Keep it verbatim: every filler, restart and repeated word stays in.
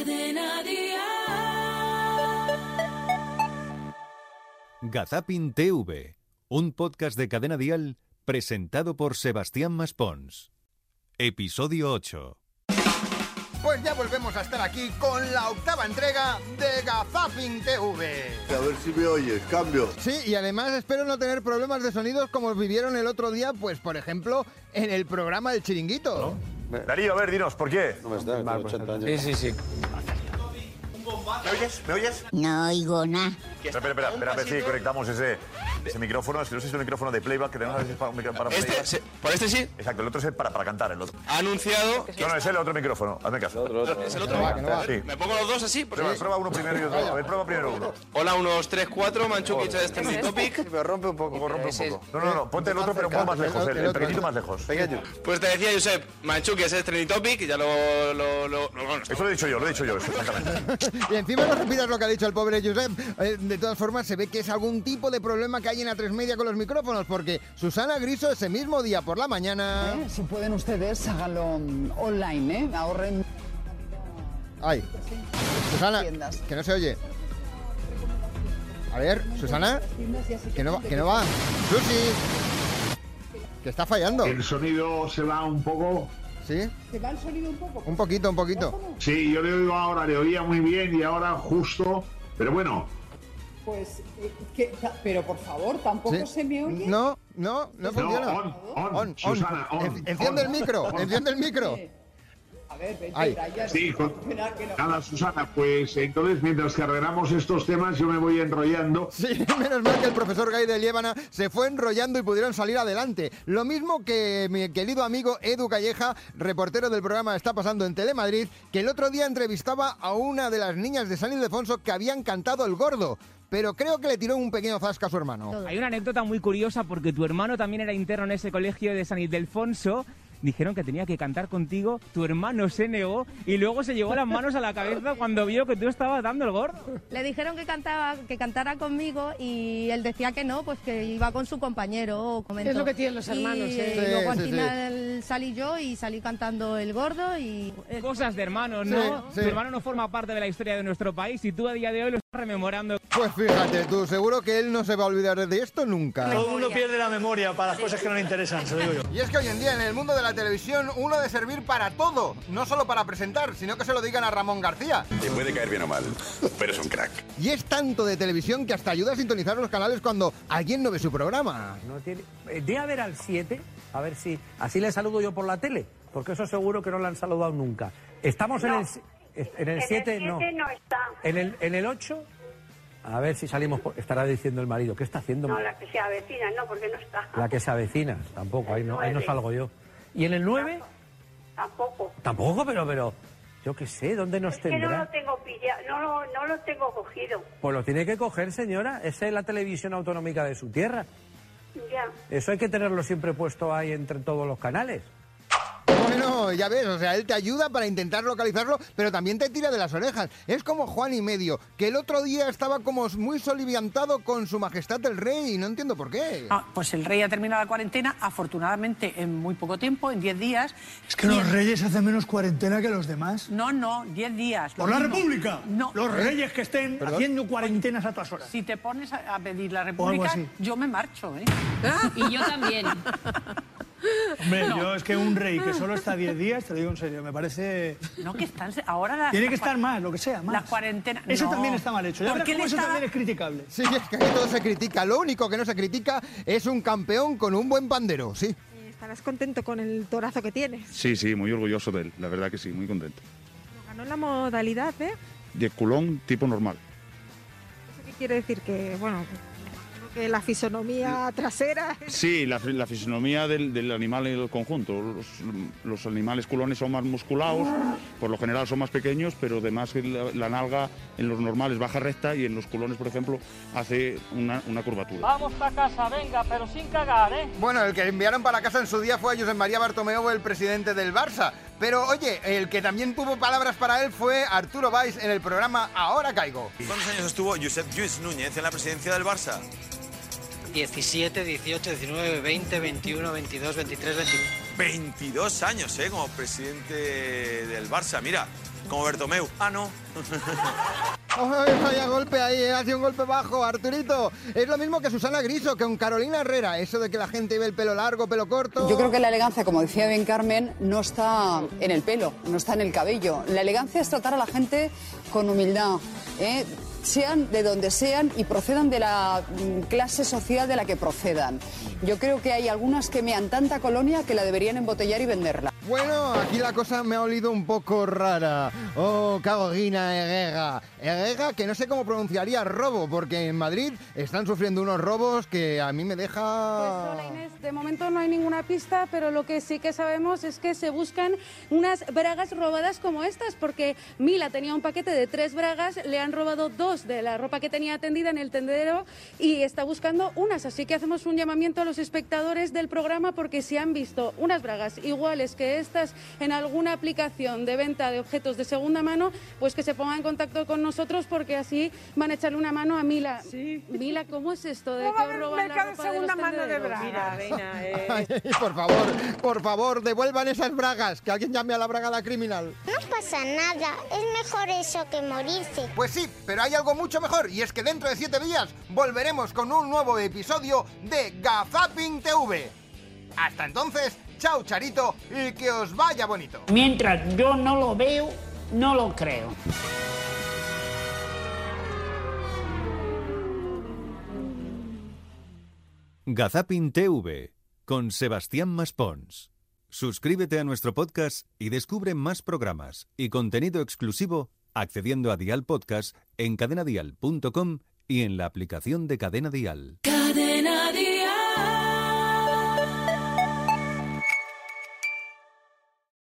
Cadena Dial. Gazapin T V, un podcast de Cadena Dial presentado por Sebastián Maspons. Episodio ocho. Pues ya volvemos a estar aquí con la octava entrega de Gazapin T V. A ver si me oyes, cambio. Sí, y además espero no tener problemas de sonidos como vivieron el otro día, pues por ejemplo, en el programa del Chiringuito. ¿No? Darío, a ver, dinos, ¿por qué? No me está, con ochenta años. Sí, sí, sí. ¿Me oyes? ¿Me oyes? No oigo nada. Espera, espera, espera, espera, a ver si conectamos ese, ese micrófono. Es que no sé si es un micrófono de playback que tenemos a veces para, un micro- para Este, playback. se- ¿Por este sí? Exacto, el otro es para, para cantar, el otro. Ha anunciado... No, no, es el otro micrófono, hazme caso. Otro, otro. ¿Es el otro? No va, que no va. Sí. ¿Me pongo los dos así? Pues Prueba, prueba uno primero y otro. A ver, prueba primero uno. Hola, unos tres, cuatro, Manchukic de Trending Topic. Me rompe un poco. Poco rompe un poco. No, no, no, ponte el otro, pero un poco más lejos, el, el pequeñito más lejos. Pequeño. Pues te decía, Josep, Manchukic es Trending Topic, ya lo... lo, lo, lo bueno, Eso lo he dicho yo, lo he dicho yo, eso, exactamente. Y encima no repitas lo que ha dicho el pobre Josep. Eh, de todas formas, se ve que es algún tipo de problema que hay en A tres Media con los micrófonos, porque Susana Griso ese mismo día por la mañana... ¿Eh? Si pueden ustedes, háganlo mm, online, ¿eh? Ahorren... Ay, Susana, Tiendas. que no se oye. A ver, Susana, que no, va- que no va. Susi, que está fallando. El sonido se va un poco. ¿Sí? ¿Se va el sonido un poco? Un poquito, un poquito. Sí, yo le oigo ahora, le oía muy bien y ahora justo. Pero bueno, Pues, eh, que- ta- pero por favor, ¿tampoco ¿Sí? se me oye? No, no, no no, funciona. on, on, Susana, on. En- Enciende on, el micro, on. enciende el micro. A ver, vente, Ay. Brian. Sí, con- Espera, que no. nada, Susana, pues entonces mientras que arreglamos estos temas yo me voy enrollando. Sí, menos mal que el profesor Gay de Liébana se fue enrollando y pudieron salir adelante. Lo mismo que mi querido amigo Edu Calleja, reportero del programa Está Pasando en Telemadrid, que el otro día entrevistaba a una de las niñas de San Ildefonso que habían cantado El Gordo, pero creo que le tiró un pequeño zasca a su hermano. Hay una anécdota muy curiosa porque tu hermano también era interno en ese colegio de San Ildefonso. Dijeron que tenía que cantar contigo, tu hermano se negó y luego se llevó las manos a la cabeza cuando vio que tú estabas dando el gordo. Le dijeron que cantaba, que cantara conmigo y él decía que no, pues que iba con su compañero. Comentó. Es lo que tienen los hermanos, y, ¿eh? y Sí, luego al sí, sí. final salí yo y salí cantando El Gordo y... Cosas de hermanos, ¿no? Sí, sí. Tu hermano no forma parte de la historia de nuestro país y tú a día de hoy lo estás rememorando. Pues fíjate tú, seguro que él no se va a olvidar de esto nunca. Todo el mundo pierde la memoria para las cosas que no le interesan, se lo digo yo. Y es que hoy en día en el mundo de la televisión uno de servir para todo, no solo para presentar, sino que se lo digan a Ramón García. Te puede caer bien o mal, pero es un crack. Y es tanto de televisión que hasta ayuda a sintonizar los canales cuando alguien no ve su programa. No tiene... eh, Dé a ver al siete, a ver si... Así le saludo yo por la tele, porque eso seguro que no le han saludado nunca. Estamos en el... si- En el siete no. no está. En el, en el ocho, a ver si salimos... por- Estará diciendo el marido, ¿qué está haciendo? la que se avecina, no, porque no está. La que se avecina, tampoco, ahí no, ahí no salgo yo. ¿Y en el nueve? Tampoco. Tampoco, pero, pero... Yo qué sé, ¿dónde nos tendrá? tengo pillado, no lo, no lo tengo cogido. Pues lo tiene que coger, señora. Esa es la televisión autonómica de su tierra. Ya. Eso hay que tenerlo siempre puesto ahí entre todos los canales. Bueno, ya ves, o sea, él te ayuda para intentar localizarlo, pero también te tira de las orejas. Es como Juan y medio, que el otro día estaba como muy soliviantado con su majestad el rey, y no entiendo por qué. Ah, pues el rey ha terminado la cuarentena, afortunadamente en muy poco tiempo, en diez días. Es que los reyes hacen menos cuarentena que los demás. No, no, diez días. ¿Por Lo la mismo. República? No. Los reyes que estén ¿Perdón? haciendo cuarentenas a todas horas. Si te pones a a pedir la algo República, así. yo me marcho, ¿eh? Y yo también. Hombre, yo es que un rey que solo está diez días, te lo digo en serio, me parece... No, que están... Ahora la, Tiene la que cua- estar más, lo que sea, más. La cuarentena... Eso no. también está mal hecho. Ya ¿Por verás qué cómo le eso estaba- también es criticable. Sí, es que aquí todo se critica. Lo único que no se critica es un campeón con un buen pandero, sí. ¿Estarás contento con el torazo que tienes? Sí, sí, muy orgulloso de él, la verdad que sí, muy contento. Ganó la modalidad, ¿eh? Y el culón tipo normal. ¿Eso qué quiere decir? Que, bueno, que la fisonomía trasera... Sí, la, la fisonomía del, del animal en el conjunto. Los, los animales culones son más musculados, por lo general son más pequeños, pero además la, la nalga en los normales baja recta y en los culones, por ejemplo, hace una, una curvatura. Vamos para casa, venga, pero sin cagar, ¿eh? Bueno, el que enviaron para casa en su día fue a Josep María Bartomeu, el presidente del Barça. Pero oye, el que también tuvo palabras para él fue Arturo Valls en el programa Ahora Caigo. ¿Cuántos años estuvo Josep Lluís Núñez en la presidencia del Barça? diecisiete, dieciocho, diecinueve, veinte, veintiuno, veintidós, veintitrés, veinticuatro... veintidós años, ¿eh? Como presidente del Barça. Mira, como Bertomeu. Ah, no. Ay, vaya golpe ahí, ¿eh? Ha sido un golpe bajo, Arturito. Es lo mismo que Susana Griso, que con Carolina Herrera. Eso de que la gente ve el pelo largo, pelo corto... Yo creo que la elegancia, como decía bien Carmen, no está en el pelo, no está en el cabello. La elegancia es tratar a la gente con humildad, ¿eh? Sean de donde sean y procedan de la clase social de la que procedan. Yo creo que hay algunas que mean tanta colonia que la deberían embotellar y venderla. Bueno, aquí la cosa me ha olido un poco rara. Oh, Carolina Herrera. Herrera, que no sé cómo pronunciaría robo, porque en Madrid están sufriendo unos robos que a mí me deja... Pues hola Inés, de momento no hay ninguna pista, pero lo que sí que sabemos es que se buscan unas bragas robadas como estas, porque Mila tenía un paquete de tres bragas, le han robado dos de la ropa que tenía tendida en el tendedero y está buscando unas, así que hacemos un llamamiento a los espectadores del programa porque si han visto unas bragas iguales que estas en alguna aplicación de venta de objetos de segunda mano, pues que se pongan en contacto con nosotros porque así van a echarle una mano a Mila. Sí. Mila, ¿cómo es esto de que os roban la ropa de los tenderos? Mira, Reina, eh... Ay, por favor, por favor, devuelvan esas bragas, que alguien llame a la bragada criminal. No pasa nada, es mejor eso que morirse. Pues sí, pero hay algo mucho mejor, y es que dentro de siete días volveremos con un nuevo episodio de Gazapin T V. Hasta entonces, chao Charito, y que os vaya bonito. Mientras yo no lo veo, no lo creo. Gazapin T V con Sebastián Maspons. Suscríbete a nuestro podcast y descubre más programas y contenido exclusivo accediendo a Dial Podcast en cadena dial punto com y en la aplicación de Cadena Dial. Cadena Dial.